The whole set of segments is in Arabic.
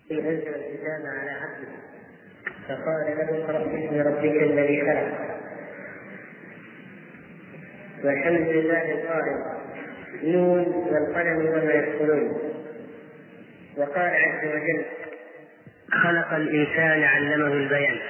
أنزل الكتاب على عبده فقال له اقرأ باسم ربك الذي خلق. والحمد لله القائل نون والقلم وما يسطرون. وقال عز وجل خلق الإنسان علمه البيان.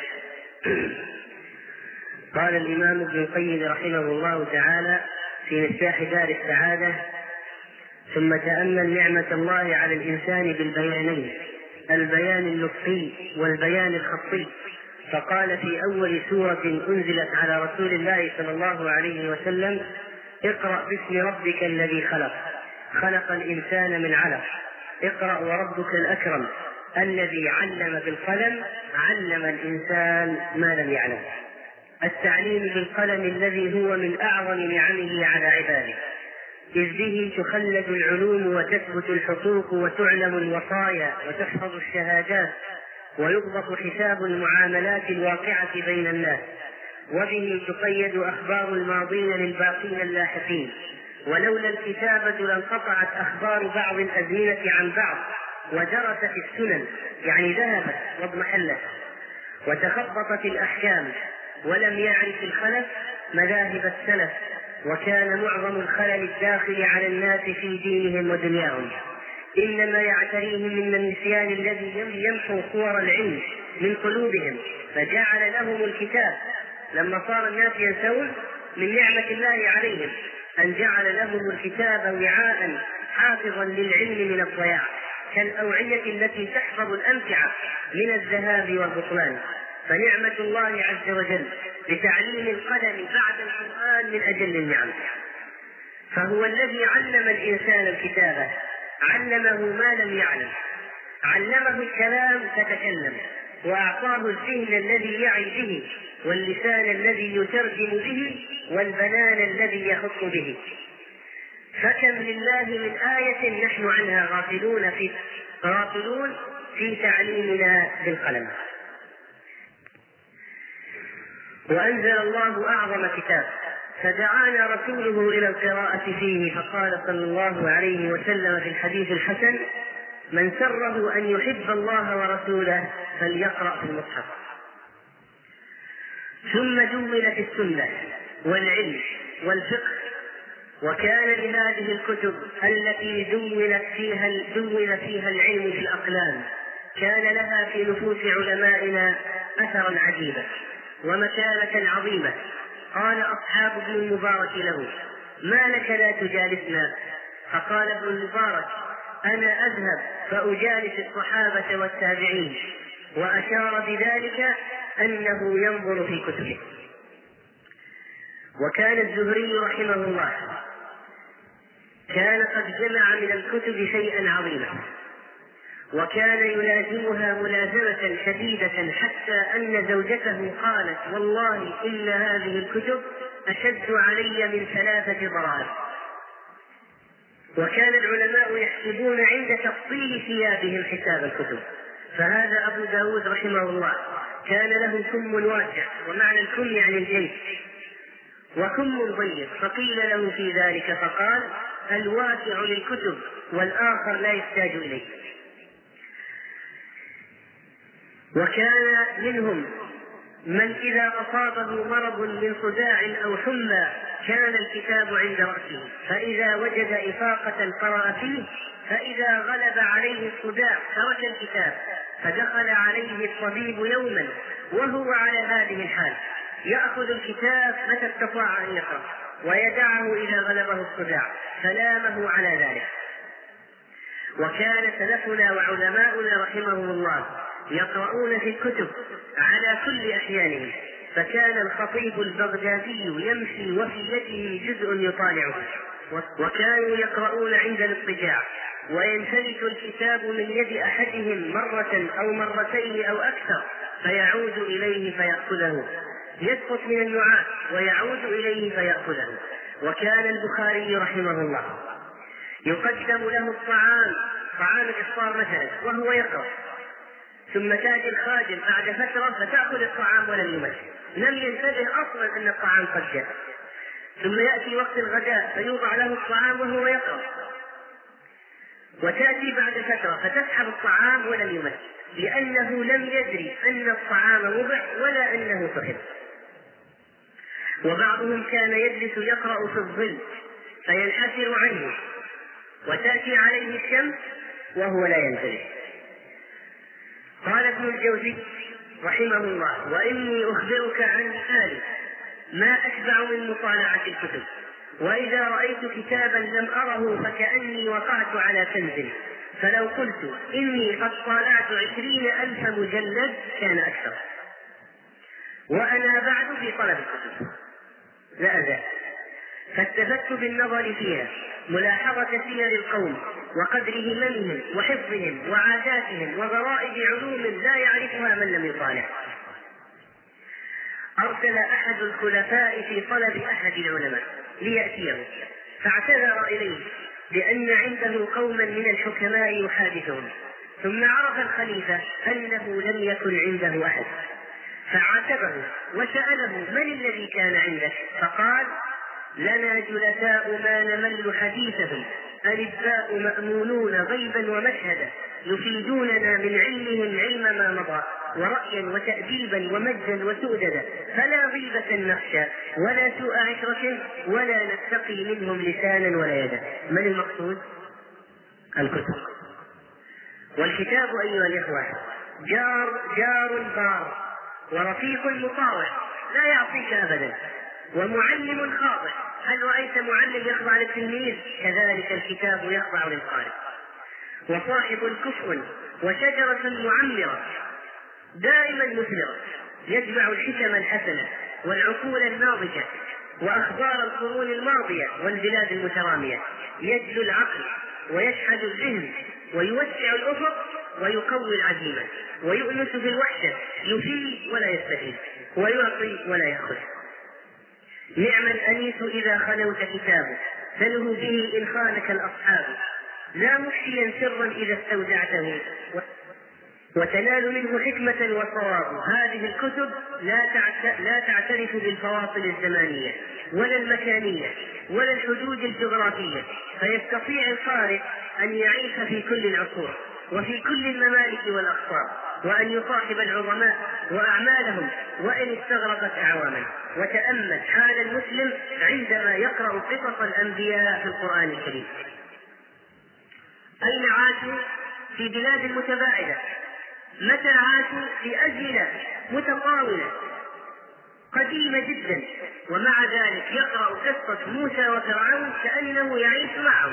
قال الإمام ابن القيم رحمه الله تعالى في مفتاح دار السعادة: ثم تأمل نعمة الله على الإنسان بالبيانين، البيان اللفظي والبيان الخطي. فقال في أول سورة أنزلت على رسول الله صلى الله عليه وسلم: اقرأ باسم ربك الذي خلق، خلق الإنسان من علق، اقرأ وربك الأكرم الذي علم بالقلم، علم الإنسان ما لم يعلم. التعليم بالقلم الذي هو من أعظم نعمه على عباده، إذ به تخلد العلوم وتثبت الحقوق وتعلم الوصايا وتحفظ الشهادات ويضبط حساب المعاملات الواقعة بين الناس، وبه تقيد أخبار الماضين للباقين اللاحقين. ولولا الكتابة لانقطعت أخبار بعض الأزمنة عن بعض ودرست السنن، يعني ذهبت واضمحلت، وتخبطت الأحكام، ولم يعرف الخلف مذاهب السلف، وكان معظم الخلل الداخل على الناس في دينهم ودنياهم إنما يعتريهم من النسيان الذي يمحو صور العلم من قلوبهم، فجعل لهم الكتاب. لما صار الناس ينسون من نعمة الله عليهم أن جعل لهم الكتاب وعاء حافظا للعلم من الضياع، كالأوعية التي تحفظ الأمتعة من الذهاب والبطلان. فنعمة الله عز وجل بتعليم القلم بعد القرآن من أجل النعم. فهو الذي علم الإنسان الكتابة، علمه ما لم يعلم، علمه الكلام فتكلم، وأعطاه الذهن الذي يعي به، واللسان الذي يترجم به، والبنان الذي يخط به. فكم لله من آية نحن عنها غافلون في تعليمنا بالقلم. وأنزل الله أعظم كتاب، فدعانا رسوله إلى القراءة فيه، فقال صلى الله عليه وسلم في الحديث الحسن: من سره أن يحب الله ورسوله فليقرأ في المصحف. ثم جملت السنة والعلم والفقه، وكان لهذه الكتب التي دون فيها العلم في الأقلام كان لها في نفوس علمائنا أثرا عجيبا ومكانة عظيمة. قال أصحاب ابن المبارك له: ما لك لا تجالسنا؟ فقال ابن المبارك: أنا أذهب فأجالس الصحابة والتابعين. وأشار بذلك أنه ينظر في كتبه. وكان الزهري رحمه الله كان قد جمع من الكتب شيئا عظيما، وكان يلازمها ملازمة شديدة، حتى أن زوجته قالت: والله إن هذه الكتب أشد علي من 3 ضرائب. وكان العلماء يحسبون عند تفصيل ثيابهم حساب الكتب. فهذا أبو داود رحمه الله كان له كم واسع، ومعنى الكم يعني الجيش، وكم ضيق، فقيل له في ذلك فقال: الواسع للكتب والآخر لا يحتاج إليه. وكان منهم من إذا أصابه مرض من صداع أو حمى كان الكتاب عند رأسه، فإذا وجد إفاقة قرأ فيه، فإذا غلب عليه الصداع ترك الكتاب. فدخل عليه الطبيب يوما وهو على هذه الحال، يأخذ الكتاب متى استطاع أن يقرأ ويدعه إذا غلبه الصداع، فلامه على ذلك. وكان سلفنا وعلماؤنا رحمهم الله يقرؤون في الكتب على كل أحيانهم، فكان الخطيب البغدادي يمشي وفي يده جزء يطالعه، وكانوا يقرؤون عند الاضطجاع، وينفلت الكتاب من يد أحدهم مرة أو مرتين أو أكثر، فيعود إليه فيأخذه، يسقط من النعاس ويعود إليه فيأخذه. وكان البخاري رحمه الله يقدم له الطعام، طعام الإفطار مثلا، وهو يقرأ، ثم تأتي الخادم بعد فترة فتأخذ الطعام ولم يمثل، لم ينتبه أصلا أن الطعام قد جاء. ثم يأتي وقت الغداء فيوضع له الطعام وهو يقرأ. وتأتي بعد فترة فتسحب الطعام ولم يمس، لأنه لم يدري أن الطعام وضع ولا أنه سحب. وبعضهم كان يجلس يقرأ في الظل فينحسر عنه وتأتي عليه الشمس وهو لا ينتبه. قال ابن الجوزي رحمه الله: وإني أخبرك عن مثال ما أشبع من مطالعة الكتب، وإذا رأيت كتابا لم أره فكأني وقعت على كنز، فلو قلت إني قد طالعت 20,000 مجلد كان أكثر. وأنا بعد في طلب الكتب لا أزال، فاستفدت بالنظر فيها ملاحظة سير القوم وقدر هممهم وحفظهم وعاداتهم وغرائب علوم لا يعرفها من لم يطالع. أرسل أحد الخلفاء في طلب أحد العلماء ليأتيه، فاعتذر إليه بأن عنده قوما من الحكماء يحادثهم، ثم عرف الخليفة أنه لم يكن عنده أحد، فعاتبه وسأله: من الذي كان عندك؟ فقال: لنا جلساء ما نمل حديثهم، ألباء مأمونون غيبا ومشهدا، يفيدوننا من علمهم علم ما مضى، ورأيا وتأديبا ومجدا وسؤددا، فلا غيبة نخشى ولا سوء عشرة ولا نتقي منهم لسانا ولا يدا. من المقصود؟ الكتب. والكتاب أيها الإخوة جار بار ورفيق مطاوع لا يعصيك أبدا، ومعلم خاضع. هل رأيت معلم يخضع للتلميذ؟ كذلك الكتاب يخضع للقارئ. وصاحب كفء وشجرة معمرة دائما مثمرة، يجمع الحكم الحسنة والعقول الناضجة وأخبار القرون الماضية والبلاد المترامية، يجلو العقل ويشحذ الذهن ويوسع الأفق ويقوي العزيمة ويؤنس بالوحدة، يفيد ولا يستفيد ويعطي ولا يأخذ. نعم الأنيس إذا خلوت كتابه، تلهو به إن خانك الأصحاب، لا مخفيا سرا إذا استودعته، وتنال منه حكمة وصواب. هذه الكتب لا تعترف بالفواصل الزمانية ولا المكانية ولا الحدود الجغرافية، فيستطيع القارئ أن يعيش في كل العصور وفي كل الممالك والأقطار، وأن يصاحب العظماء وأعمالهم وإن استغرقت أعواما. وتأمل حال المسلم عندما يقرأ قصص الأنبياء في القرآن الكريم. أين عاشوا؟ في بلاد متباعدة. متى عاشوا؟ في أزمنة متطاولة قديمة جدا، ومع ذلك يقرأ قصة موسى وفرعون كأنه يعيش معهم.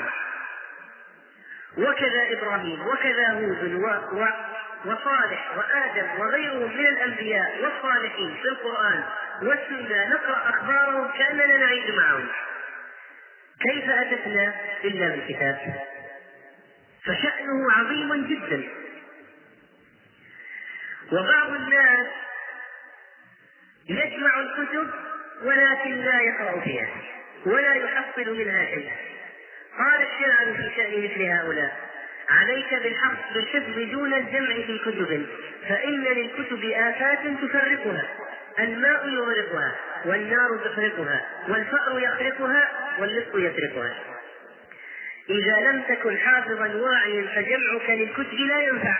وكذا إبراهيم وكذا هود وصالح وآدم وغيرهم من الأنبياء والصالحين في القرآن والسنة، نقرأ أخبارهم كأننا نعيش معهم. كيف أتتنا إلا بالكتاب؟ فشأنه عظيم جدا. وبعض الناس يجمع الكتب ولكن لا يقرأ فيها ولا يحصل منها شيء. قال الشاعر في شأن مثل هؤلاء: عليك بالحفظ دون الجمع في كتب، فإن للكتب آفات تفرقها، الماء يغرقها والنار تخرقها والفأر يخرقها واللص يتركها. إذا لم تكن حافظا واعيا فجمعك للكتب لا ينفع،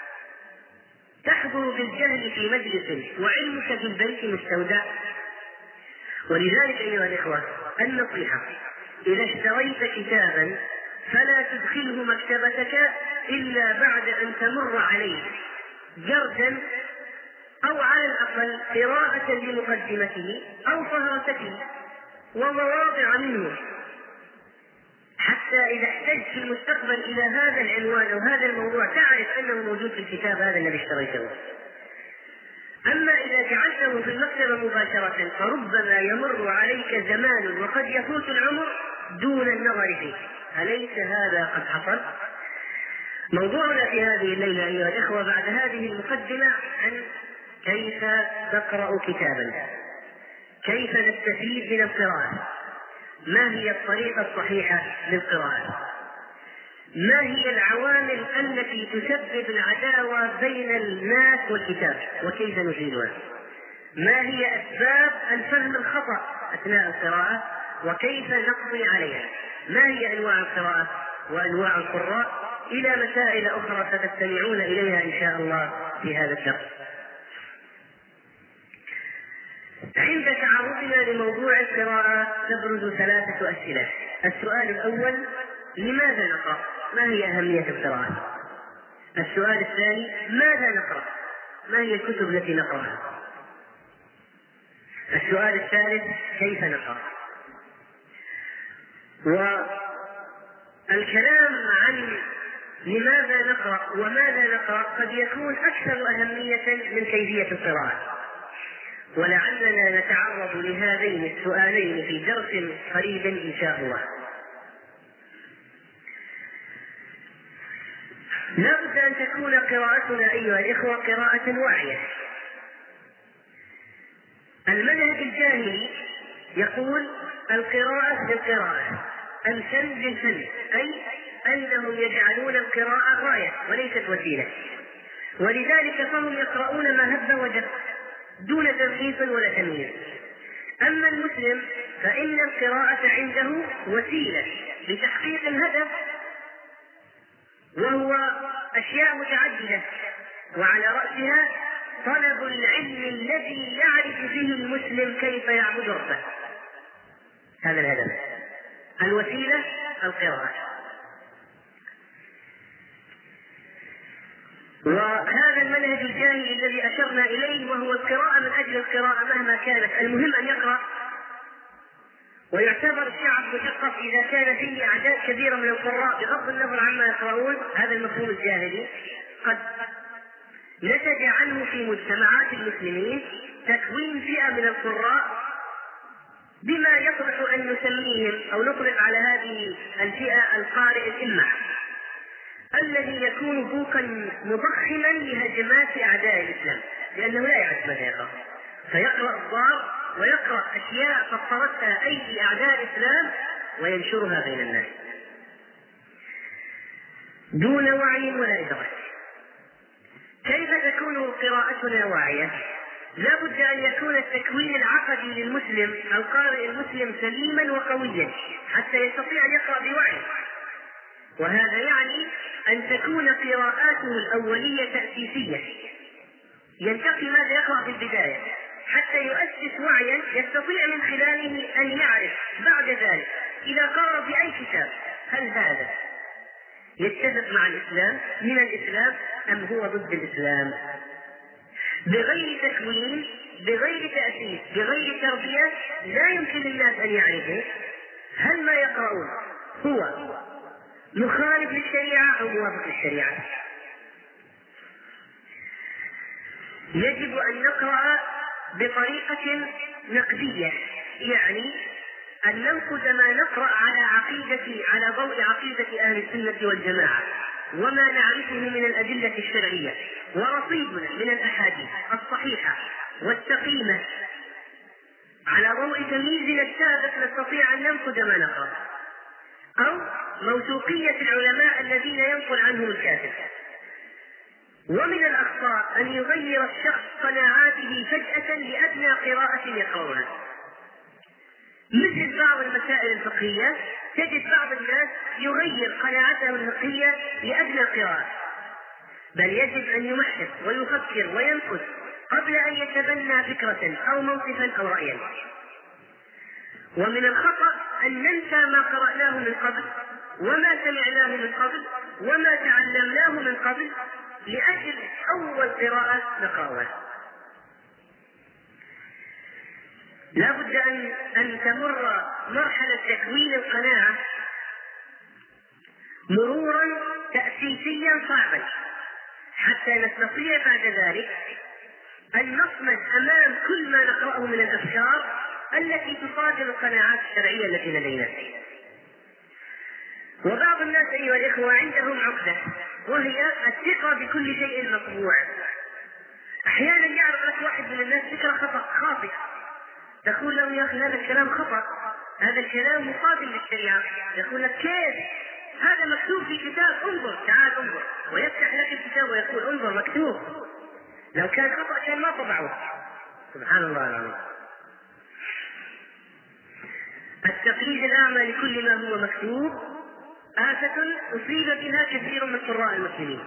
تحضر بالجهل في مجلس وعلمك في البيت مستودع. ولذلك أيها الإخوة النصيحة: إذا اشتريت كتابا فلا تدخله مكتبتك إلا بعد أن تمر عليه جردا أو على الأقل قراءة لمقدمته أو فهرسته ومواضع منه، حتى إذا احتجت في المستقبل إلى هذا العنوان أو هذا الموضوع تعرف أنه موجود في الكتاب هذا الذي اشتريته. أما إذا جعلته في المكتبة مباشرة فربما يمر عليك زمان وقد يفوت العمر دون النظر فيه. أليس هذا قد حصل؟ موضوعنا في هذه الليلة أيها الإخوة بعد هذه المقدمة عن كيف تقرأ كتابا، كيف نستفيد من القراءة، ما هي الطريقة الصحيحة للقراءة، ما هي العوامل التي تسبب العداوة بين الناس والكتاب وكيف نزيلها، ما هي أسباب الفهم الخطأ أثناء القراءة وكيف نقضي عليها، ما هي أنواع القراءة وأنواع القراء إلى مسائل أخرى ستستمعون إليها إن شاء الله في هذا الدرس. عند تعرضنا لموضوع القراءة تبرز 3 أسئلة. السؤال الأول: لماذا نقرأ؟ ما هي أهمية القراءة؟ السؤال الثاني: ماذا نقرأ؟ ما هي الكتب التي نقرأها؟ السؤال الثالث: كيف نقرأ؟ والكلام عن لماذا نقرأ وماذا نقرأ قد يكون أكثر أهمية من كيفية القراءة، ولعلنا نتعرض لهذين السؤالين في درس قريب إن شاء الله. لا بد أن تكون قراءتنا أيها الإخوة قراءة واعية. المنهج الجاهلي يقول: القراءة بالقراءة، الفن بالفن، أي أنهم يجعلون القراءة غاية وليست وسيلة، ولذلك فهم يقرؤون ما هب ودب دون تلخيص ولا تمييز. أما المسلم فإن القراءة عنده وسيلة لتحقيق الهدف، وهو أشياء متعددة، وعلى رأسها طلب العلم الذي يعرف به المسلم كيف يعبد ربه. هذا الهدف، الوسيلة القراءة. وهذا المنهج الجاهلي الذي أشرنا إليه، وهو القراءة من أجل القراءة مهما كانت، المهم أن يقرأ. ويعتبر الشعب مثقف إذا كان فيه أعداد كبيرة من القراء بغض النظر عما يقرؤون. هذا المفهوم الجاهلي قد نتج عنه في مجتمعات المسلمين تكوين فئة من القراء بما يصلح أن نسميهم أو نطلق على هذه الفئة القارئ الإمع، الذي يكون بوقا مضخما لهجمات أعداء الإسلام، لأنه لا يعرف ماذا يقرأ، فيقرأ الضار ويقرأ أشياء فطرتها أيدي أعداء الإسلام وينشرها بين الناس دون وعي ولا إدراك. كيف تكون قراءتنا واعية؟ لا بد أن يكون التكوين العقدي للمسلم القارئ المسلم سليما وقويا حتى يستطيع أن يقرأ بوعي، وهذا يعني أن تكون قراءاته الأولية تأسيسية، ينتقي ماذا يقرأ في البداية حتى يؤسس وعيا يستطيع من خلاله أن يعرف بعد ذلك إذا قرأ بأي كتاب هل هذا يتفق مع الإسلام من الإسلام أم هو ضد الإسلام. بغير تكوين، بغير تأسيس، بغير تربية لا يمكن للناس أن يعرفوا هل ما يقرؤون هو مخالف للشريعة أو موافق للشريعة. يجب أن نقرأ بطريقة نقدية، يعني أن ننقد ما نقرأ على ضوء عقيدة أهل السنة والجماعة وما نعرفه من الأدلة الشرعية، ورصيدنا من الأحاديث الصحيحة والسقيمة على ضوء تمييزنا السابق نستطيع أن ننقد ما نقرأ، أو موثوقية العلماء الذين ينقل عنهم الكاتب. ومن الأخطاء أن يغير الشخص قناعاته فجأة لأدنى قراءة يقرأها، مثل بعض المسائل الفقهية تجد بعض الناس يغير قناعته الفقهية لأدنى قراءة، بل يجب أن يمحص ويفكر وينقد قبل أن يتبنى فكرة أو موقفا أو رأيا. ومن الخطأ أن ننسى ما قرأناه من قبل وما سمعناه من قبل وما تعلمناه من قبل لأجل أول قراءة نقرأها. لا بد أن تمر مرحلة تكوين القناعة مرورا تأسيسيا صعبا حتى نستطيع بعد ذلك أن نصمد أمام كل ما نقرأه من الأفكار التي تصادم القناعات الشرعية التي لدينا. وبعض الناس أيها الإخوة عندهم عقدة، وهي الثقة بكل شيء مطبوع. أحيانا يعرض لك واحد من الناس فكرة خاطئة، تقول له: يا أخي هذا الكلام خطأ، هذا الكلام مصادم للشريعة. يقول لك: كيف؟ هذا مكتوب في كتاب، انظر، تعال انظر، ويفتح لك الكتاب ويقول: انظر مكتوب. لو كان خطأ كان ما طبعوه. سبحان الله العظيم. التقليد الأعمى لكل ما هو مكتوب آفة أصيب بها كثير من قراء المسلمين.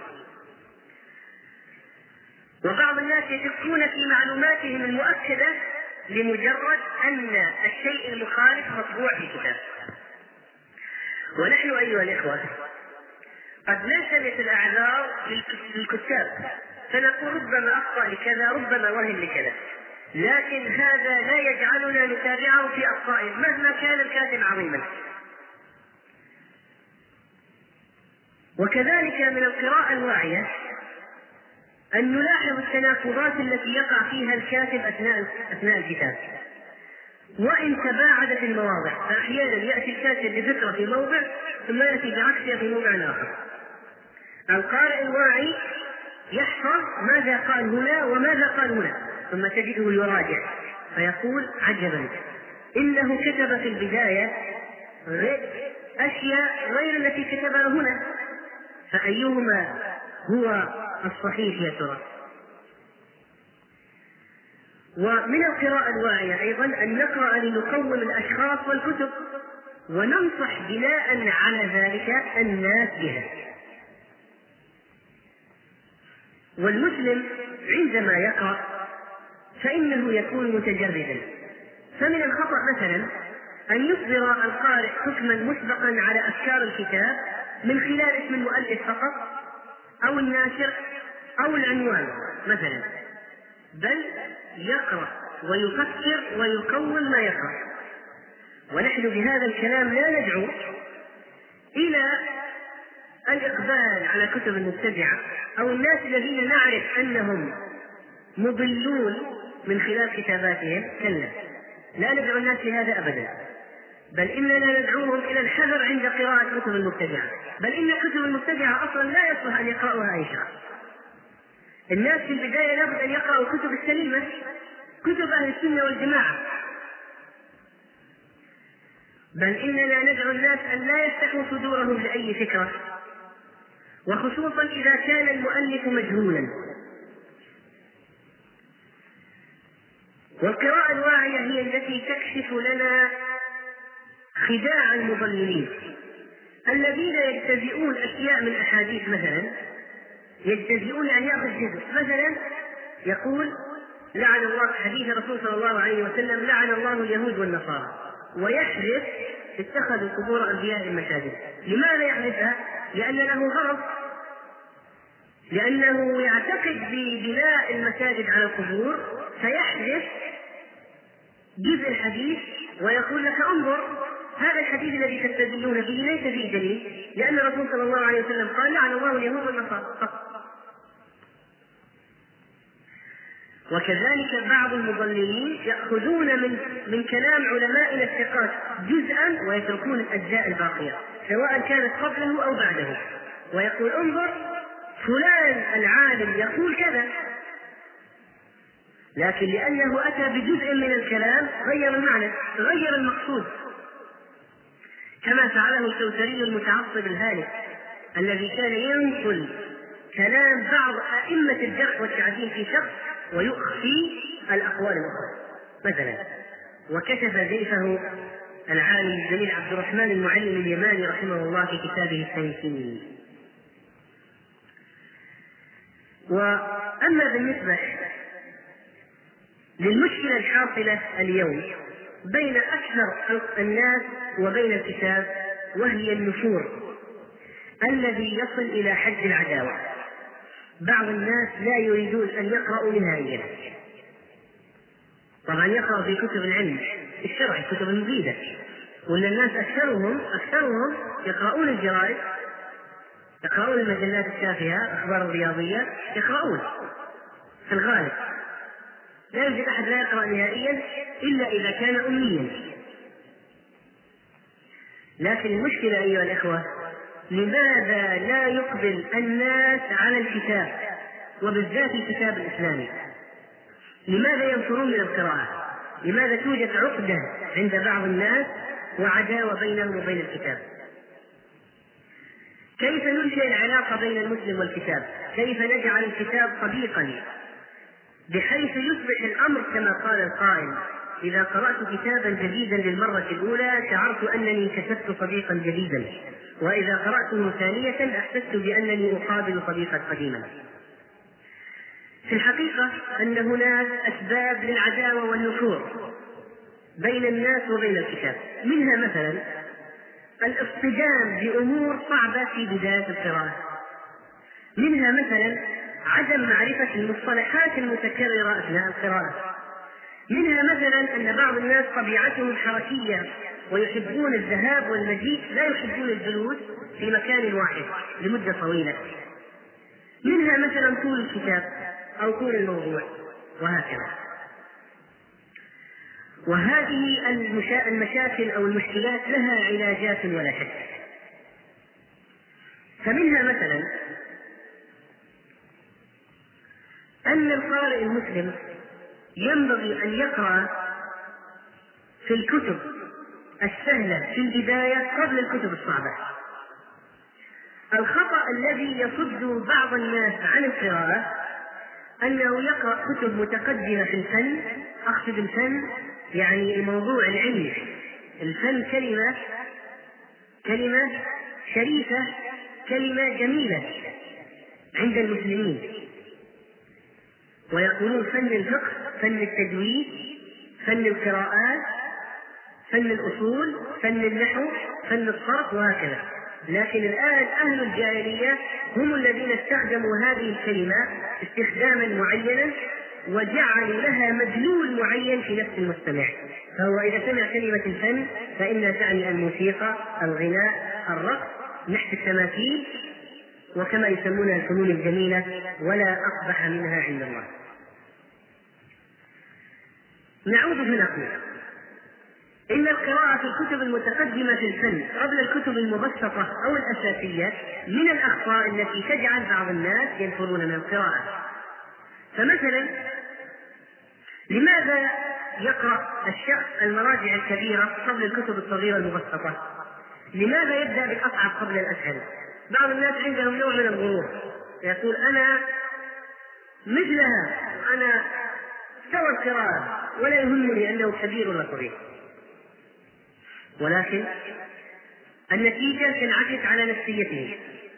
وبعض الناس يشكون في معلوماتهم المؤكدة لمجرد أن الشيء المخالف مطبوع في كتاب. ونحن أيها الإخوة قد نلتمس الأعذار للكتاب، فنقول ربما أخطأ لكذا، ربما وهم لكذا، لكن هذا لا يجعلنا نتابعه في أخطائه مهما كان الكاتب عظيما. وكذلك من القراءة الواعية أن نلاحظ التناقضات التي يقع فيها الكاتب أثناء الكتاب، وإن تباعدت المواضع، فأحيانا يأتي الكاتب بفكرة في موضع ثم يأتي بعكسها في موضع آخر. القارئ الواعي يحفظ ماذا قال هنا وماذا قال هنا، ثم تجده يراجع فيقول عجبا إنه كتب في البداية أشياء غير التي كتبها هنا، فأيهما هو الصحيح يا ترى؟ ومن القراءة الواعية أيضا أن نقرأ لنقوم الأشخاص والكتب، وننصح بناء على ذلك الناس بها. والمسلم عندما يقرأ فإنه يكون متجردا، فمن الخطأ مثلا أن يصدر القارئ حكما مسبقا على أفكار الكتاب من خلال اسم المؤلف فقط أو الناشر أو العنوان مثلا، بل يقرأ ويفكر ويكون ما يقرأ. ونحن بهذا الكلام لا ندعو إلى الإقبال على كتب المبتدعة أو الناس الذين نعرف أنهم مضلون من خلال كتاباتهم، كلا، لا ندعو الناس لهذا أبدا، بل إننا ندعوهم إلى الحذر عند قراءة كتب المبتدعة، بل إن كتب المبتدعة أصلا لا يصلح أن يقرأها أي شخص. الناس في البداية لابد أن يقرأوا الكتب السليمة، كتب أهل السنة والجماعة، بل إننا ندعو الناس أن لا يفتحوا صدورهم لأي فكرة، وخصوصا إذا كان المؤلف مجهولا. والقراءة الواعية هي التي تكشف لنا خداع المضللين الذين يجتزئون أشياء من أحاديث، مثلا يجتزئون أن يأخذ جزء، مثلا يقول لعن الله، حديث الرسول صلى الله عليه وسلم لعن الله اليهود والنصارى، ويحلف اتخذوا قبور أنبياء مساجد. لماذا يحلفها؟ لأن له غرض، لأنه يعتقد ببناء المساجد على القبور، فيحلف جزء الحديث ويقول لك انظر هذا الحديث الذي تستدلون به ليس فيه دليل، لأن الرسول صلى الله عليه وسلم قال لعن الله اليهود والنصارى. وكذلك بعض المضللين يأخذون من كلام علمائنا الثقات جزءا ويتركون الأجزاء الباقية سواء كانت قبله أو بعده، ويقول انظر فلان العالم يقول كذا، لكن لأنه أتى بجزء من الكلام غير المعنى، غير المقصود، كما فعله الكوثري المتعصب الهالك الذي كان ينقل كلام بعض أئمة الجرح والتعديل في شخص ويخفي الأقوال الأخرى مثلا. وكشف زيفه العالم الجليل عبد الرحمن المعلم اليماني رحمه الله في كتابه التيسير. وأما بالنسبة للمشكلة الحاصلة اليوم بين أكثر الناس وبين الكتاب، وهي النفور الذي يصل إلى حد العداوة. بعض الناس لا يريدون أن يقرأوا نهائيا، طبعا يقرأ في كتب العلم الشرعي، كتب المفيدة، ولا الناس أكثرهم يقرؤون الجرائد، يقرؤون المجلات التافهة، أخبار الرياضية، يقرؤون في الغالب. لا يوجد أحد لا يقرأ نهائيا إلا إذا كان أميا. لكن المشكلة أيها الإخوة، لماذا لا يقبل الناس على الكتاب وبالذات الكتاب الإسلامي؟ لماذا ينفرون من القراءة؟ لماذا توجد عقدة عند بعض الناس وعداوة بينهم وبين الكتاب؟ كيف ننشئ العلاقة بين المسلم والكتاب؟ كيف نجعل الكتاب صديقا بحيث يصبح الأمر كما قال القائل إذا قرأت كتابا جديدا للمرة الأولى شعرت أنني كسبت صديقا جديدا، وإذا قرأته ثانية أحسست بأنني أقابل صديقا قديما. في الحقيقة أن هناك أسباب للعداوة والنفور بين الناس وبين الكتاب، منها مثلا الاصطدام بأمور صعبة في بداية القراءة، منها مثلا عدم معرفة المصطلحات المتكررة أثناء القراءة، منها مثلا أن بعض الناس طبيعتهم حركية ويحبون الذهاب والمجيء، لا يحبون الجلوس في مكان واحد لمدة طويلة، منها مثلا طول الكتاب أو طول الموضوع، وهكذا. وهذه المشاكل أو المشكلات لها علاجات ولا شك. فمنها مثلا أن القارئ المسلم ينبغي أن يقرأ في الكتب السهلة في البداية قبل الكتب الصعبة. الخطأ الذي يصد بعض الناس عن القراءة أنه يقرأ كتب متقدمة في الفن، أقصد الفن يعني الموضوع العلمي، الفن كلمة شريفة، كلمة جميلة عند المسلمين، ويقولون فن الفقه، فن التجويد، فن القراءات، فن الأصول، فن النحو، فن الصرف، وهكذا. لكن الآن أهل الجاهلية هم الذين استخدموا هذه الكلمة استخداما معينا وجعلوا لها مدلول معين في نفس المستمع. فهو إذا سمع كلمة الفن فإنها تعني الموسيقى، الغناء، الرقص، نحت التماثيل، وكما يسمونها الفنون الجميلة، ولا أقبح منها عند الله. نعود فنقول إن القراءة في الكتب المتقدمة في الفن قبل الكتب المبسطة أو الأساسية من الأخطاء التي تجعل بعض الناس ينفرون من القراءة. فمثلا لماذا يقرأ الشخص المراجع الكبيرة قبل الكتب الصغيرة المبسطة؟ لماذا يبدأ بالأصعب قبل الأسهل؟ بعض الناس عندهم نوع من الغرور، يقول أنا مثلها، أنا سوى القراءة ولا يهمني أنه كبير ولا صغير، ولكن النتيجة تنعكس على نفسيته.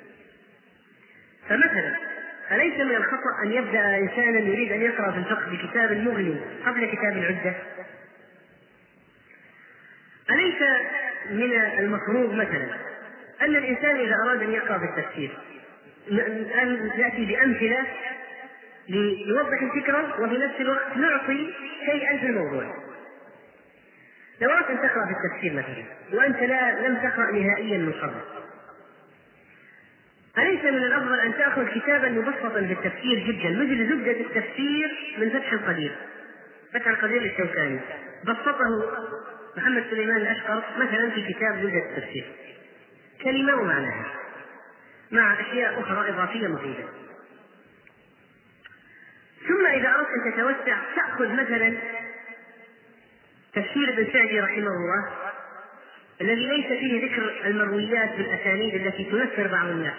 فمثلا أليس من الخطأ أن يبدأ إنسانا يريد أن يقرأ في الفقه بكتاب المغني قبل كتاب العدة؟ أليس من المفروض مثلا أن الإنسان إذا أراد أن يقرأ في التفسير أن يأتي بأمثلة ليوضح الفكرة وفي نفس الوقت نعطي شيئا في الموضوع؟ لو أردت أن تقرأ في التفسير مثلا وأنت لم تقرأ نهائيا من قبل، أليس من الأفضل أن تأخذ كتابا مبسطا في التفسير جدا مثل زبدة التفسير من فتح القدير، فتح القدير للشوكاني بسطه محمد سليمان الأشقر مثلا في كتاب زبدة التفسير، كلمة ومعناها مع أشياء أخرى إضافية مفيدة. ثم إذا أردت أن تتوسع تأخذ مثلا تفسير ابن سعدي رحمه الله الذي ليس فيه ذكر المرويات بالأسانيد التي تنفر بعض الناس،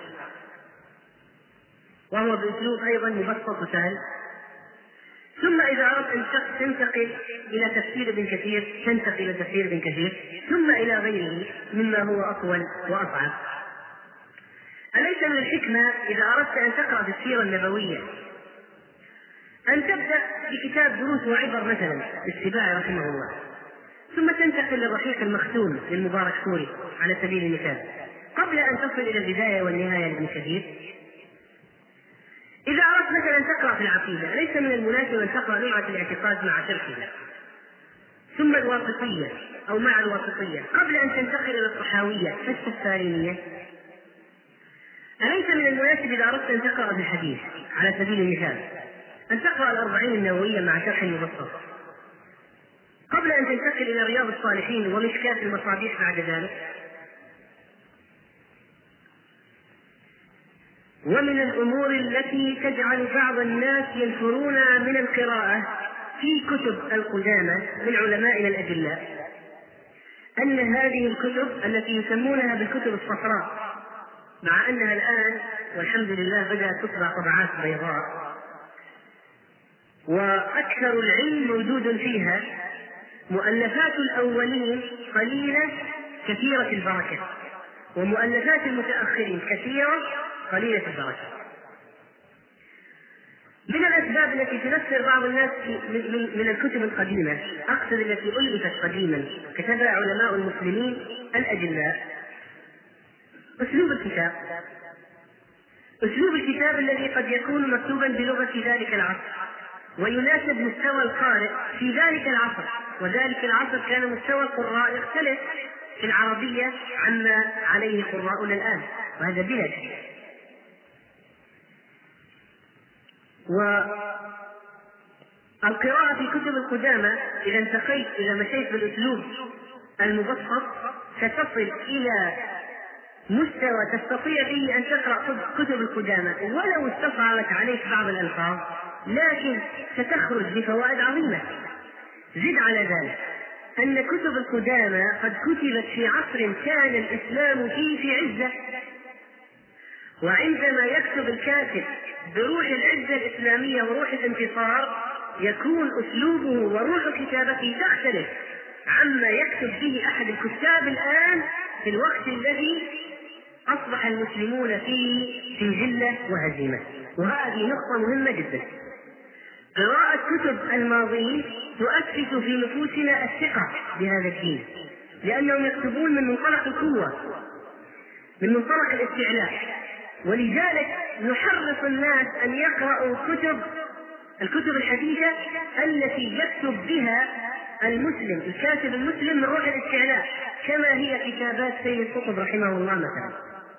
وهو بأسلوب أيضا مبسط وسهل. ثم إذا أردت أن تنتقل إلى تفسير ابن كثير تنتقل إلى تفسير ابن كثير، ثم إلى غيره مما هو أطول وأصعب. أليس من الحكمة إذا أردت أن تقرأ في السيرة النبوية أن تبدأ بكتاب دروس وعبر مثلا للسباعي رحمه الله، ثم تنتقل للرحيق المختوم للمبارك فوري على سبيل المثال قبل أن تصل إلى البداية والنهاية لابن كثير؟ إذا أردت مثلا تقرأ في العقيدة ليس من المناسب أن تقرأ لغة الاعتقاد مع شرحها ثم الواسطية أو مع الواسطية قبل أن تنتقل إلى الطحاوية السفارينية؟ أليس من المناسب إذا أردت أن تقرأ في الحديث على سبيل المثال أن تقرأ الأربعين النووية مع شرح مبسط قبل أن تنتقل إلى رياض الصالحين ومشكاة المصابيح بعد ذلك؟ ومن الأمور التي تجعل بعض الناس ينفرون من القراءة في كتب القدامى من علمائنا الأجلاء أن هذه الكتب التي يسمونها بالكتب الصفراء، مع أنها الآن والحمد لله بدأت تطبع طبعات بيضاء وأكثر العلم موجود فيها، مؤلفات الأولين قليلة كثيرة البركة، ومؤلفات المتأخرين كثيرة قليلة البركة. من الأسباب التي تنفر بعض الناس من الكتب القديمة، أقصد التي ألفت قديما كتبها علماء المسلمين الأجلاء، أسلوب الكتاب. أسلوب الكتاب الذي قد يكون مكتوبا بلغة ذلك العصر ويناسب مستوى القارئ في ذلك العصر، وذلك العصر كان مستوى القراء يختلف في العربية عما عليه قراءنا الآن، وهذا بلا شك. والقراءة في كتب القدامى إذا مشيت بالأسلوب المبسط ستصل إلى مستوى تستطيع به أن تقرأ كتب القدامى ولو استصعبت عليك بعض الألفاظ، لكن ستخرج بفوائد عظيمة. زد على ذلك أن كتب القدامى قد كتبت في عصر كان الإسلام فيه في عزة، وعندما يكتب الكاتب بروح العزة الإسلامية وروح الانتصار يكون أسلوبه وروح كتابته تختلف عما يكتب به أحد الكتاب الآن في الوقت الذي أصبح المسلمون فيه في ذلة وهزيمة. وهذه نقطة مهمة جدا. قراءة كتب الماضين تؤسس في نفوسنا الثقة بهذا الدين، لأنهم يكتبون من منطلق القوة، من منطلق الاستعلاء، ولذلك نحرص الناس أن يقرأوا الكتب الحديثة التي يكتب بها المسلم الكاتب المسلم من روح الاستعلاء، كما هي كتابات سيد قطب رحمه الله مثلا.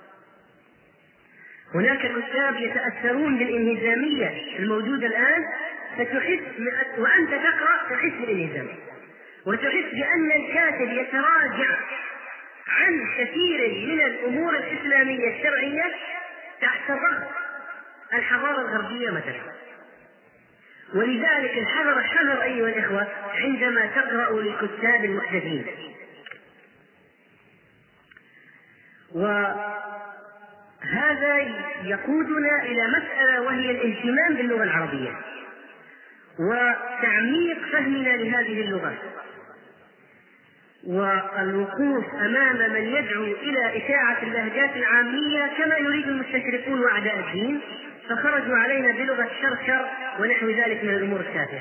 هناك كتاب يتأثرون بالانهزامية الموجودة الآن، فتحس وأنت تقرأ تحس بالانهزام، وتحس بأن الكاتب يتراجع عن كثير من الأمور الإسلامية الشرعية تحت ضغط الحضارة الغربية مثلا. ولذلك الحذر أيها الإخوة عندما تقرأوا للكتاب المحدثين. وهذا يقودنا إلى مسألة، وهي الاهتمام باللغة العربية وتعميق فهمنا لهذه اللغة، والوقوف أمام من يدعو إلى إشاعة اللهجات العامية كما يريد المستشرقون وأعداء الدين، فخرجوا علينا بلغة شرشر ونحو ذلك من الأمور التافهة.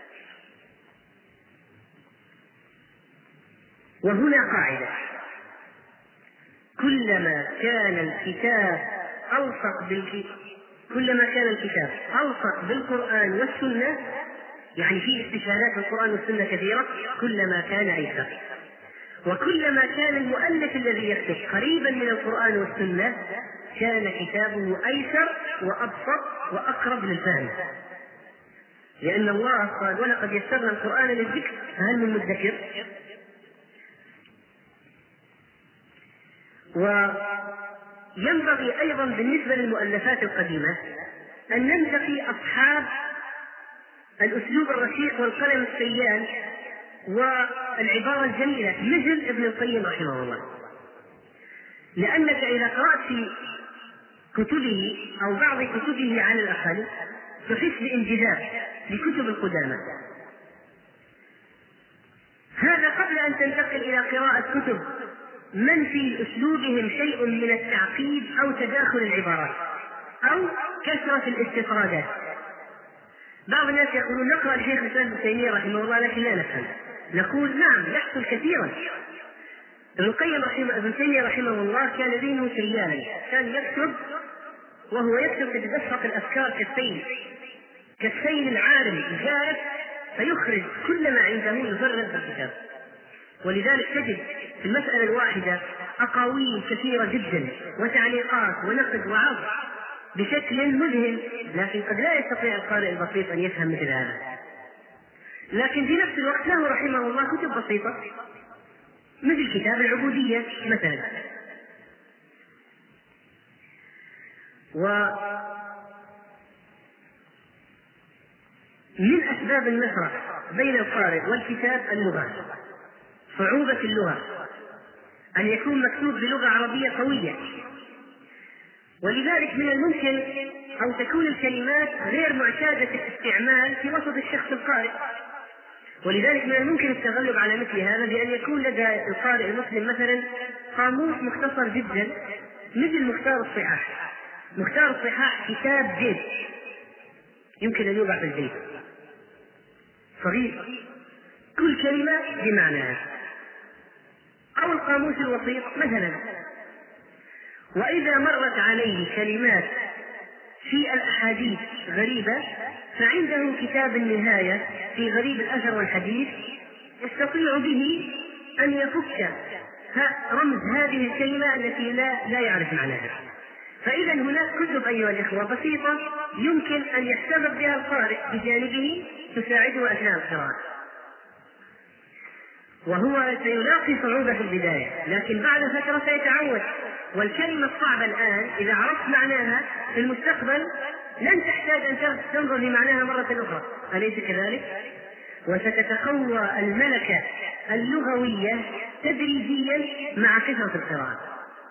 وهنا قاعدة: كلما كان الكتاب ألصق بالقرآن والسنة، يعني في استشهادات القرآن والسنة كثيرة، كلما كان أيسر. وكلما كان المؤلف الذي يكتب قريبا من القرآن والسنة كان كتابه أيسر وأبسط وأقرب للفهم، لأن الله قال: ولقد يسرنا القرآن للذكر فهل من مدكر. وينبغي أيضا بالنسبة للمؤلفات القديمة أن ننتقي أصحاب الأسلوب الرشيق والقلم السيال والعبارة الجميلة مثل ابن القيم رحمه الله، لأنك إذا قرأت في كتبه أو بعض كتبه على الأقل تحس بانجذاب لكتب القدامى. هذا قبل أن تنتقل إلى قراءة كتب من في أسلوبهم شيء من التعقيد أو تداخل العبارات أو كثرة الاستطرادات. بعض الناس يقولون نقرأ الشيخ الإسلام ابن تيمية رحمه الله لكن لا نفهم. نقول نعم، يحصل كثيرا. ابن تيمية رحمه الله كان ذهنه سيالا، كان يكتب وهو يكتب تتدفق الأفكار كالسيل العارم الجارف، فيخرج كل ما عنده يفرغ في الكتاب. ولذلك تجد في المسألة الواحدة أقاويل كثيرة جدا وتعليقات ونقد وعرض بشكل مذهل، لكن قد لا يستطيع القارئ البسيط أن يفهم مثل هذا. لكن في نفس الوقت له رحمه الله كتب بسيطة مثل كتاب العبودية مثلا. ومن أسباب النفرة بين القارئ والكتاب اللغة، صعوبة اللغة، أن يكون مكتوب بلغة عربية قوية، ولذلك من الممكن أن تكون الكلمات غير معتادة الاستعمال في وسط الشخص القارئ، ولذلك من الممكن التغلب على مثل هذا بأن يكون لدى القارئ المسلم مثلا قاموس مختصر جدا مثل مختار الصحاح. مختار الصحاح كتاب جيد يمكن أن يوضع في البيت، صغير كل كلمة بمعناها، أو القاموس الوسيط مثلا. وإذا مرت عليه كلمات في الأحاديث غريبة فعنده كتاب النهاية في غريب الأثر والحديث يستطيع به أن يفك رمز هذه الكلمة التي لا يعرف معناها. فإذا هناك كتب أيها الإخوة بسيطة يمكن أن يحتفظ بها القارئ بجانبه تساعده أثناء القراءة، وهو سيلاقي صعوبة في البداية لكن بعد فترة سيتعود. والكلمة الصعبة الآن إذا عرفت معناها في المستقبل لن تحتاج أن تنظر لمعناها مرة أخرى، أليس كذلك؟ وستتقوى الملكة اللغوية تدريجيا مع كثرة القراءة.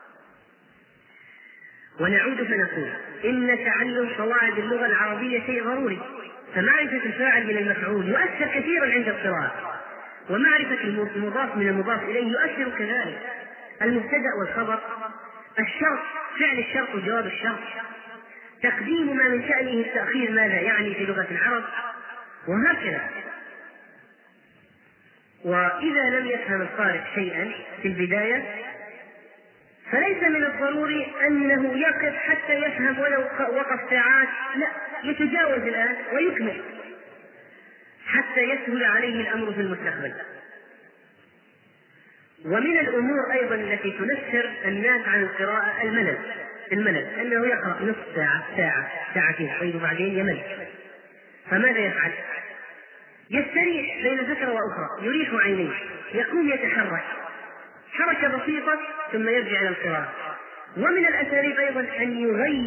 ونعود فنقول إن تعلم قواعد اللغة العربية شيء ضروري، فمعرفة الفاعل من المفعول يؤثر كثيرا عند القراءة، ومعرفة المضاف من المضاف إليه يؤثر كذلك، المبتدأ والخبر، الشرط، فعل الشرط وجواب الشرط، تقديم ما من شأنه التأخير ماذا يعني في لغة العرب، وهكذا. وإذا لم يفهم القارئ شيئا في البداية فليس من الضروري أنه يقف حتى يفهم ولو وقف ساعات، لا، يتجاوز الآن ويكمل حتى يسهل عليه الأمر في المستقبل. ومن الأمور أيضا التي تنفر الناس عن القراءة الملل، أنه يقرأ نصف ساعة ساعتين وبعدين يمل. فماذا يفعل؟ يستريح بين فترة وأخرى، يريح عينيه، يقوم يتحرك حركة بسيطة ثم يرجع إلى القراءة. ومن الأساليب أيضا أن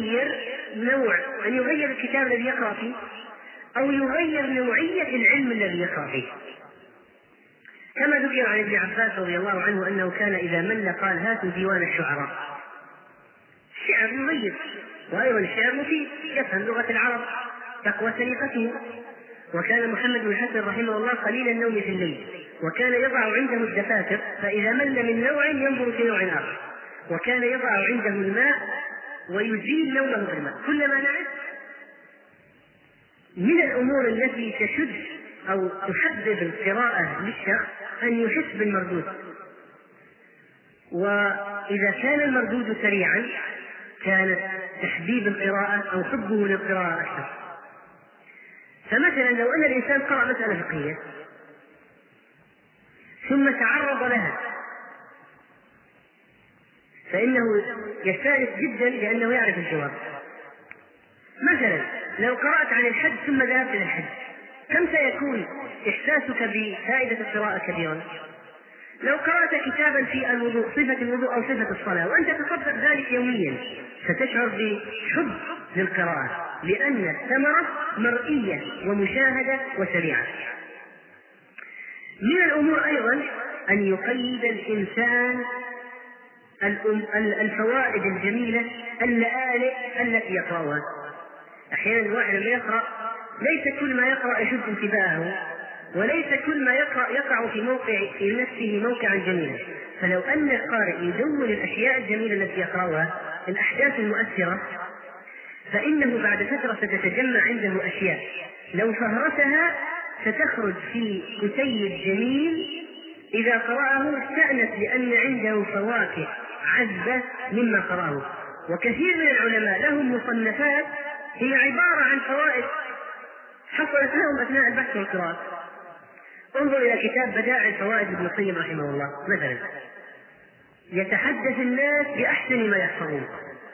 يغير الكتاب الذي يقرأ فيه، أو يغير نوعية العلم الذي يقرأ فيه، كما ذكر عن ابن عباس رضي الله عنه أنه كان إذا مل قال هاتوا ديوان الشعراء. الشعر مميز، وأيضا الشعر مفيد، يفهم لغة العرب، تقوى سليقته. وكان محمد بن الحسن رحمه الله قليل النوم في الليل، وكان يضع عنده الدفاتر، فإذا مل من نوع ينظر في نوع آخر، وكان يضع عنده الماء ويزيل نومه بالماء كلما نعس. من الأمور التي تشد أو تحبب القراءة للشخص أن يحس بالمردود، وإذا كان المردود سريعا كانت تحبيب القراءة أو حبه للقراءة أكثر. فمثلا لو أن الإنسان قرأ مسألة فقهية ثم تعرض لها فإنه يستانس جدا لأنه يعرف الجواب. مثلا لو قرأت عن الحج ثم ذهبت إلى الحج، كم سيكون إحساسك بفائدة القراءة كبيرا؟ لو قرأت كتابا في الوضوء، صفة الوضوء أو صفة الصلاة، وأنت تطبق ذلك يوميا، ستشعر بحب للقراءة، لأن الثمرة مرئية ومشاهدة وسريعة. من الأمور أيضا أن يقيد الإنسان الفوائد الجميلة اللآلئ التي يقرأها. أحيانا الواحد لما يقرأ ليس كل ما يقرأ يشد انتباهه، وليس كل ما يقع في نفسه موقعا جميلا. فلو أن القارئ يدون الأشياء الجميلة التي يقرأها، الأحداث المؤثرة، فإنه بعد فترة ستتجمع عنده أشياء لو فهرسها ستخرج في كتيب جميل إذا قرأه استأنس لأن عنده فواكه عذبة مما قرأه. وكثير من العلماء لهم مصنفات هي عبارة عن فوائد حصلت لهم أثناء البحث والقراءة. انظر إلى كتاب بدائع الفوائد لابن القيم رحمه الله مثلا، يتحدث الناس بأحسن ما يحفظون.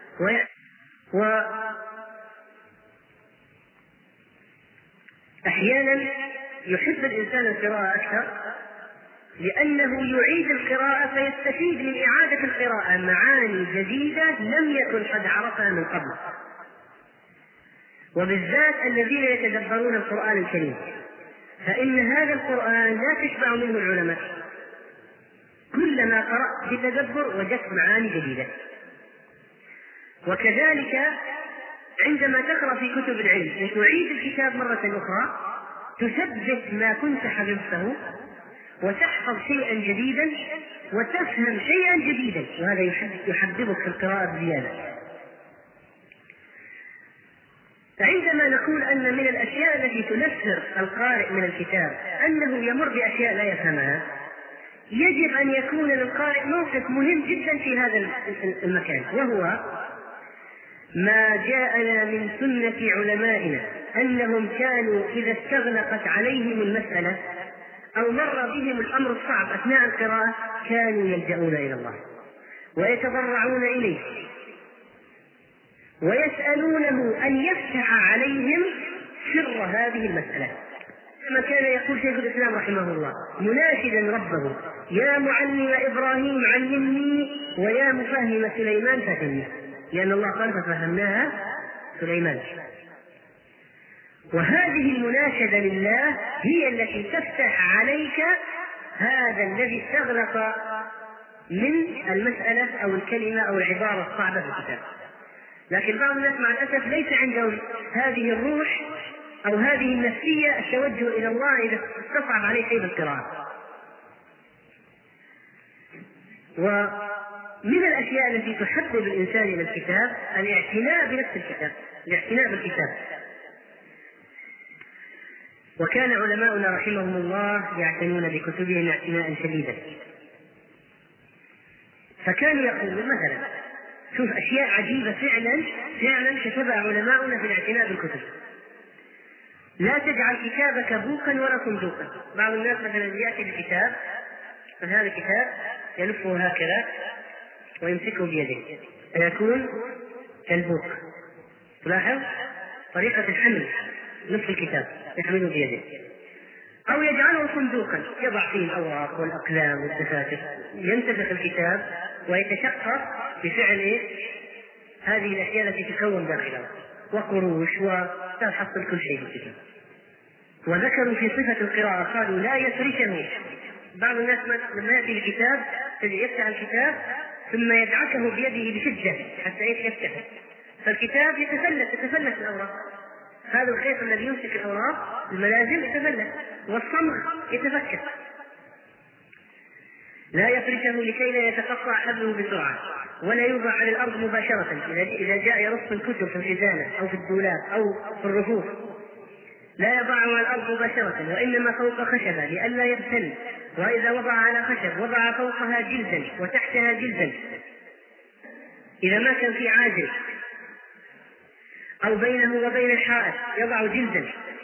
وأحيانا يحب الإنسان القراءة أكثر لأنه يعيد القراءة فيستفيد من إعادة القراءة معاني جديدة لم يكن قد عرفها من قبل، وبالذات الذين يتدبرون القرآن الكريم، فإن هذا القرآن لا تشبع منه العلماء، كلما قرأت بتدبر وجدت معاني جديدة. وكذلك عندما تقرأ في كتب العلم وتعيد الكتاب مرة أخرى تثبت ما كنت حفظته وتحفظ شيئا جديدا وتفهم شيئا جديدا، وهذا يحببك في القراءة بزيادة. عندما نقول أن من الأشياء التي تنفر القارئ من الكتاب أنه يمر بأشياء لا يفهمها، يجب أن يكون للقارئ موقف مهم جدا في هذا المكان، وهو ما جاءنا من سنة علمائنا أنهم كانوا إذا استغلقت عليهم المسألة أو مر بهم الأمر الصعب أثناء القراءة كانوا يلجؤون إلى الله ويتضرعون إليه ويسألونه أن يفتح عليهم سر هذه المسألة، كما كان يقول شيخ الإسلام رحمه الله مناشدا ربه: يا معلم إبراهيم علمني ويا مفهم سليمان فهمني، لأن الله قال ففهمناها سليمان. وهذه المناشدة لله هي التي تفتح عليك هذا الذي استغرق من المسألة أو الكلمة أو العبارة الصعبة في الكتاب. لكن بعض الناس مع الأسف ليس عندهم هذه الروح أو هذه النفسية التوجه إلى الله إذا استصعب عليه شيء بالقراءة. ومن الأشياء التي تحبب الإنسان إلى الكتاب الاعتناء بنفس الكتاب، الاعتناء بالكتاب. وكان علماؤنا رحمهم الله يعتنون بكتبهم اعتناء شديدا، فكانوا يقولون مثلا شوف أشياء عجيبة فعلا كتبها علماؤنا في الاعتناء بالكتب: لا تجعل كتابك بوقا ولا صندوقا. بعض الناس مثلا يأتي بكتاب، فهذا الكتاب يلفه هكذا ويمسكه بيده فيكون كالبوق. تلاحظ طريقة الحمل نفس الكتاب يحمله بيده. أو يجعله صندوقا يضع فيه الأوراق والأقلام والدفاتر، ينتفخ الكتاب ويتشقق بفعل هذه الأشياء التي تكون داخله وقروش وتحصل كل شيء في الكتاب. وذكروا في صفة القراءة قالوا لا يفرشه. بعض الناس لما يأتي الكتاب يفتح الكتاب ثم يدعكه بيده بشدة حتى يفتحه، فالكتاب يتفلت الأوراق. هذا الخيط الذي يمسك الأوراق الملازم يتفلت والصمغ يتفكك. لا يفرشه لكي لا يتقطع حبله بسرعة، ولا يوضع على الأرض مباشرة إذا جاء يرص الكتب في الخزانة أو في الدولاب أو في الرفوف. لا يضعه على الأرض مباشرة وإنما فوق خشبة لئلا يبتل، وإذا وضع على خشب وضع فوقها جلدا وتحتها جلدا إذا ما كان في عاجل، أو بينه وبين الحائط يضع جلدا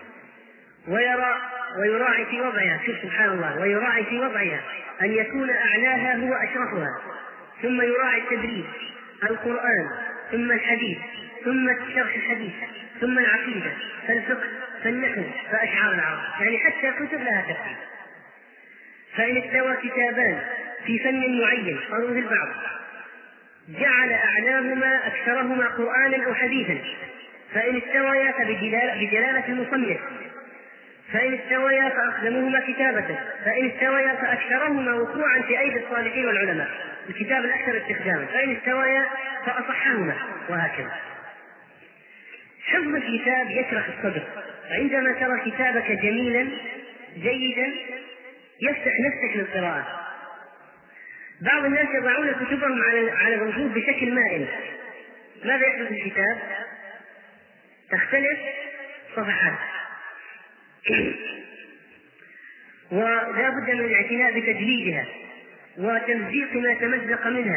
ويراعي في وضعها. شوف سبحان الله، ويراعي في وضعها أن يكون أعلاها هو أشرفها، ثم يراعي التدريب، القرآن ثم الحديث ثم شرح الحديث ثم العقيدة فالفقه فالنحو فأشعار العرب، يعني حتى كتب لها ترتيب. فإن استوى كتابان في فن معين قالوا في البعض جعل أعلاهما أكثرهما قرآنا أو حديثا، فإن استويا فبجلالة المصنف، فإن استويا فأقدمهما كتابة، فإن استويا فأكثرهما وقوعا في أيدي الصالحين والعلماء، الكتاب الأكثر استخداما، فإن استويا فأصحهما، وهكذا. حفظ الكتاب يشرح الصدر، عندما ترى كتابك جميلا جيدا يفتح نفسك للقراءة. بعض الناس يضعون كتبهم على الرفوف بشكل مائل، ماذا يحدث في الكتاب؟ تختلف صفحات. ولا بد من الاعتناء بتجليدها وتمزيق ما تمزق منها،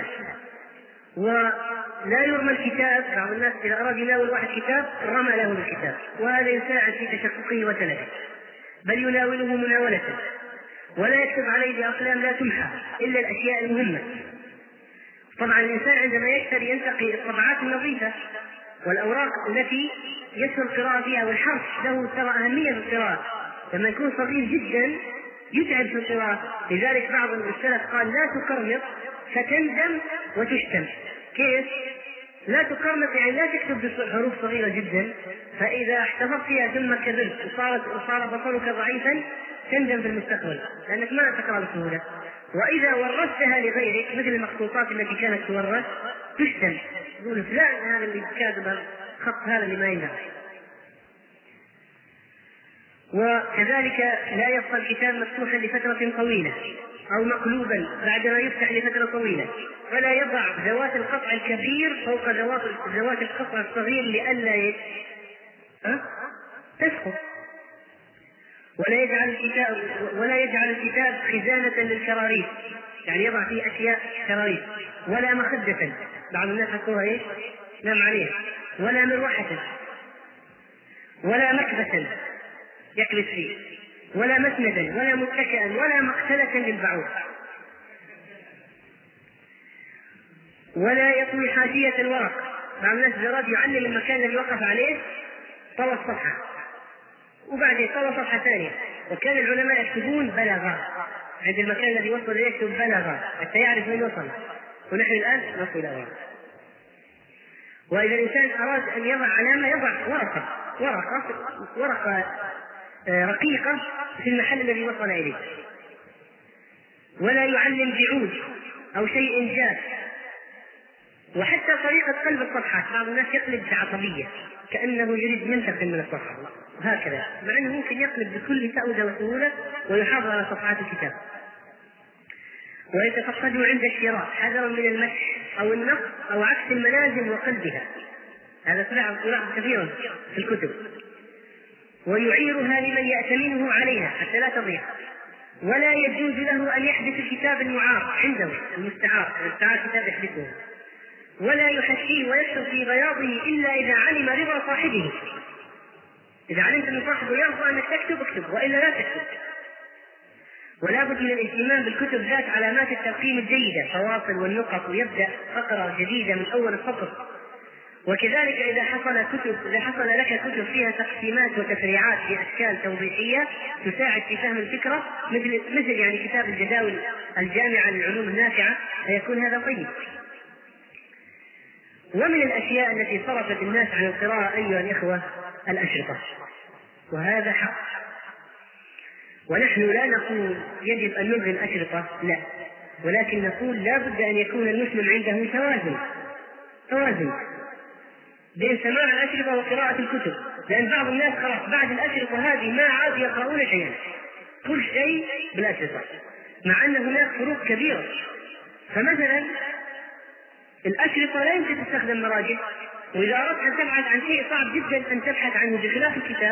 ولا يرمى الكتاب. بعض الناس إذا أراد يناول واحد كتاب رمى له الكتاب، وهذا يساعد في تشققه وتلفه، بل يناوله مناولة، ولا يكتب عليه بأقلام لا تمحى إلا الأشياء المهمة. طبعا الإنسان عندما يشتري ينتقي الطبعات النظيفة والأوراق التي يسهل القراءة فيها، والحرف له ترى أهمية في القراءة، لما يكون صغير جدا يتعب في القراءة. لذلك بعض السلف قال لا تكرمط فتندم وتشتم. كيف؟ لا تكرمط يعني لا تكتب بحروف صغيرة جدا، فإذا احتفظت فيها ثم كبرت وصار بصرك ضعيفا تندم في المستقبل لأنك ما تقرأ بسهولة. وإذا ورثتها لغيرك مثل المخطوطات التي كانت تورث تشتم، يقول فلان هذا اللي كاتب الخط هذا اللي ما ينفع. وكذلك لا يبقى الكتاب مفتوحا لفترة طويلة أو مقلوبا بعد ما يفتح لفترة طويلة، ولا يضع ذوات القطع الكبير فوق ذوات القطع الصغير لئلا تسقط، ولا يجعل الكتاب خزانة للكراريس، يعني يضع فيه أشياء كراريس، ولا مخدة، بعض الناس حطوها نام عليها، ولا مروحة، ولا مكبة يكبس فيه، ولا مسندا، ولا متكئا، ولا مقتلة للبعوض، ولا يطوي حاشية الورق. بعض الناس جراد يعلم المكان الذي وقف عليه طوى الصفحة وبعدين طوى صفحة ثانية، وكان العلماء يكتبون بلغ عند المكان الذي وصل إليه، يكتب بلغ حتى يعرف وين وصل، ونحن الآن نصل إلى ورق. وإذا الإنسان أراد أن يضع علامة يضع ورقة رقيقة في المحل الذي وصل إليه، ولا يعلم بعود أو شيء جاف. وحتى طريقة قلب الصفحات بعض الناس يقلب بعصبية كأنه يريد منتقل من الصفحة وهكذا، مع أنه ممكن يقلب بكل سهولة وسهولة ويحافظ على صفحات الكتاب. ويتفقد عند الشراء حذرا من المسح أو النقص أو عكس الملازم وقلبها، هذا تلاحظ كثيرا في الكتب. ويعيرها لمن يأتمنه عليها حتى لا تضيع. ولا يجوز له أن يحدث الكتاب المعار عنده المستعار كتاب يحدثه، ولا يحشيه ويشرب في بياضه إلا إذا علم رضا صاحبه. إذا علمت أن صاحبه يرضى أنك تكتب اكتب، وإلا لا تكتب. ولا بد من الاهتمام بالكتب ذات علامات الترقيم الجيدة، فواصل والنقط، ويبدأ فقرة جديدة من أول السطر. وكذلك إذا حصل لك كتب فيها تقسيمات وتفريعات في أشكال توضيحية تساعد في فهم الفكرة، مثل يعني كتاب الجداول الجامعة للعلوم النافعة، فيكون هذا طيب. ومن الأشياء التي صرفت الناس عن القراءة أيها الإخوة الأشرطة، وهذا حق. ونحن لا نقول يجب أن نلغي الأشرطة، لا، ولكن نقول لا بد أن يكون المسلم عنده توازن بين سماع الأشرطة وقراءة الكتب، لأن بعض الناس خلاص بعد الأشرطة هذه ما عاد يقرؤون شيئا، كل شيء بالأشرطة، مع أن هناك فروق كبيرة. فمثلا الأشرطة لا يمكن تستخدم مراجع، وإذا أردت أن تبحث عن شيء صعب جدا أن تبحث عنه بخلاف الكتاب.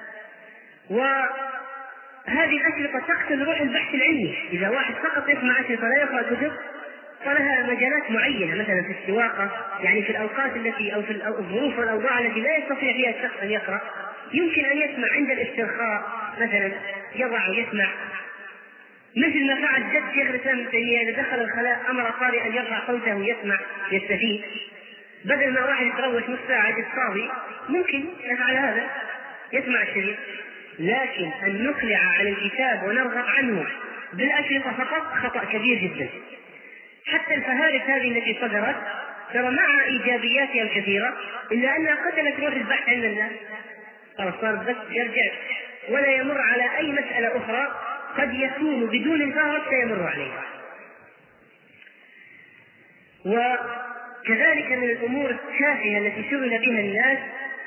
وهذه الأشرطة تقتل روح البحث العلمي. إذا واحد فقط يسمع أشرطة لا يقرأ كتب، فلها مجالات معينة، مثلا في السواقة، يعني في الأوقات التي أو في الظروف والأوضاع التي لا يستطيع فيها الشخص أن يقرأ، يمكن أن يسمع عند الاسترخاء مثلا، يضع ويسمع، مثل ما فعل جد شيخ الإسلام ابن تيمية إذا دخل الخلاء أمر قارئا يرفع صوته ويسمع يستفيد، بدل ما واحد يتروش نص ساعة فاضي ممكن يفعل هذا، يسمع الشريط. لكن أن نقلع عن الكتاب ونرغب عنه بالأشرطة فقط خطأ كبير جدا. حتى الفهارس هذه التي صدرت ترى مع إيجابياتها الكثيرة إلا أنها قتلت روح البحث عند الناس، خلاص صار بس يرجع ولا يمر على أي مسألة أخرى قد يكون بدون الفهرس سيمر عليها. وكذلك من الأمور التافهة التي شغل بها الناس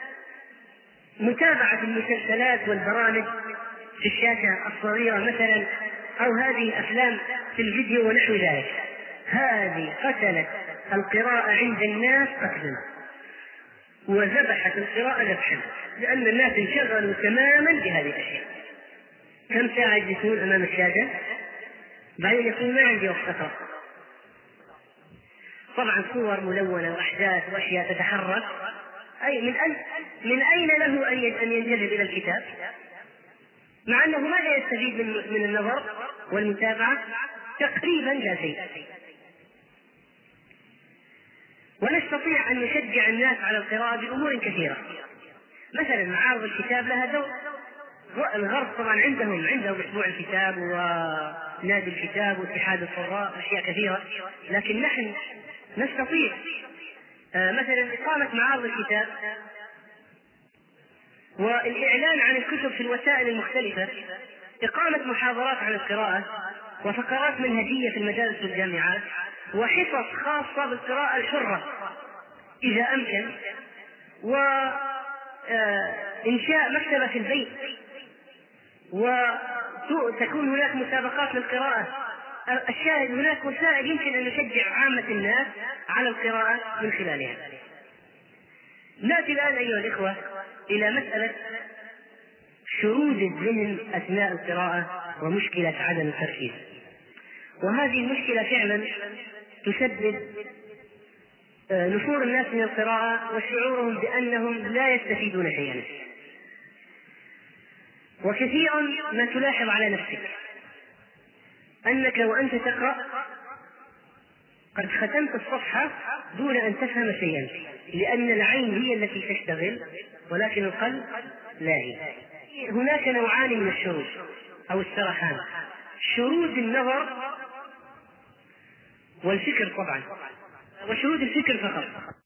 متابعة المسلسلات والبرامج في الشاشة الصغيرة مثلا، أو هذه الأفلام في الفيديو ونحو ذلك. هذه قتلت القراءة عند الناس قتلا، وذبحت القراءة ذبحا، لأن الناس انشغلوا تماما بهذه الأشياء. كم ساعة يجلسون أمام الشاشة، بعدين يقول ما عندي وقت أقرأ. طبعا صور ملونة وأحداث وأشياء تتحرك، أي من أين له أن ينجذب إلى الكتاب، مع أنه ماذا يستفيد من النظر والمتابعة؟ تقريبا لا شيء. ونستطيع أن نشجع الناس على القراءة بأمور كثيرة، مثلا معارض الكتاب لها دور. الغرب طبعا عندهم أسبوع الكتاب ونادي الكتاب واتحاد القراء، أشياء كثيرة، لكن نحن نستطيع مثلا إقامة معارض الكتاب والإعلان عن الكتب في الوسائل المختلفة، إقامة محاضرات عن القراءة وفقرات منهجية في المدارس والجامعات، وحصص خاصة بالقراءة الحرة إذا أمكن، وإنشاء مكتبة في البيت وتكون هناك مسابقات للقراءة. الشاهد هناك وسائل يمكن أن نشجع عامة الناس على القراءة من خلالها. نأتي الآن أيها الإخوة إلى مسألة شرود الذهن أثناء القراءة ومشكلة عدم التركيز. وهذه المشكلة فعلا تسبب نفور الناس من القراءة وشعورهم بأنهم لا يستفيدون شيئا. وكثيرا ما تلاحظ على نفسك أنك وأنت تقرأ قد ختمت الصفحة دون أن تفهم شيئا، لأن العين هي التي تشتغل ولكن القلب لاهي. هناك نوعان من الشرود أو السرحان: شرود النظر والفكر طبعا، وشرود الفكر فقط.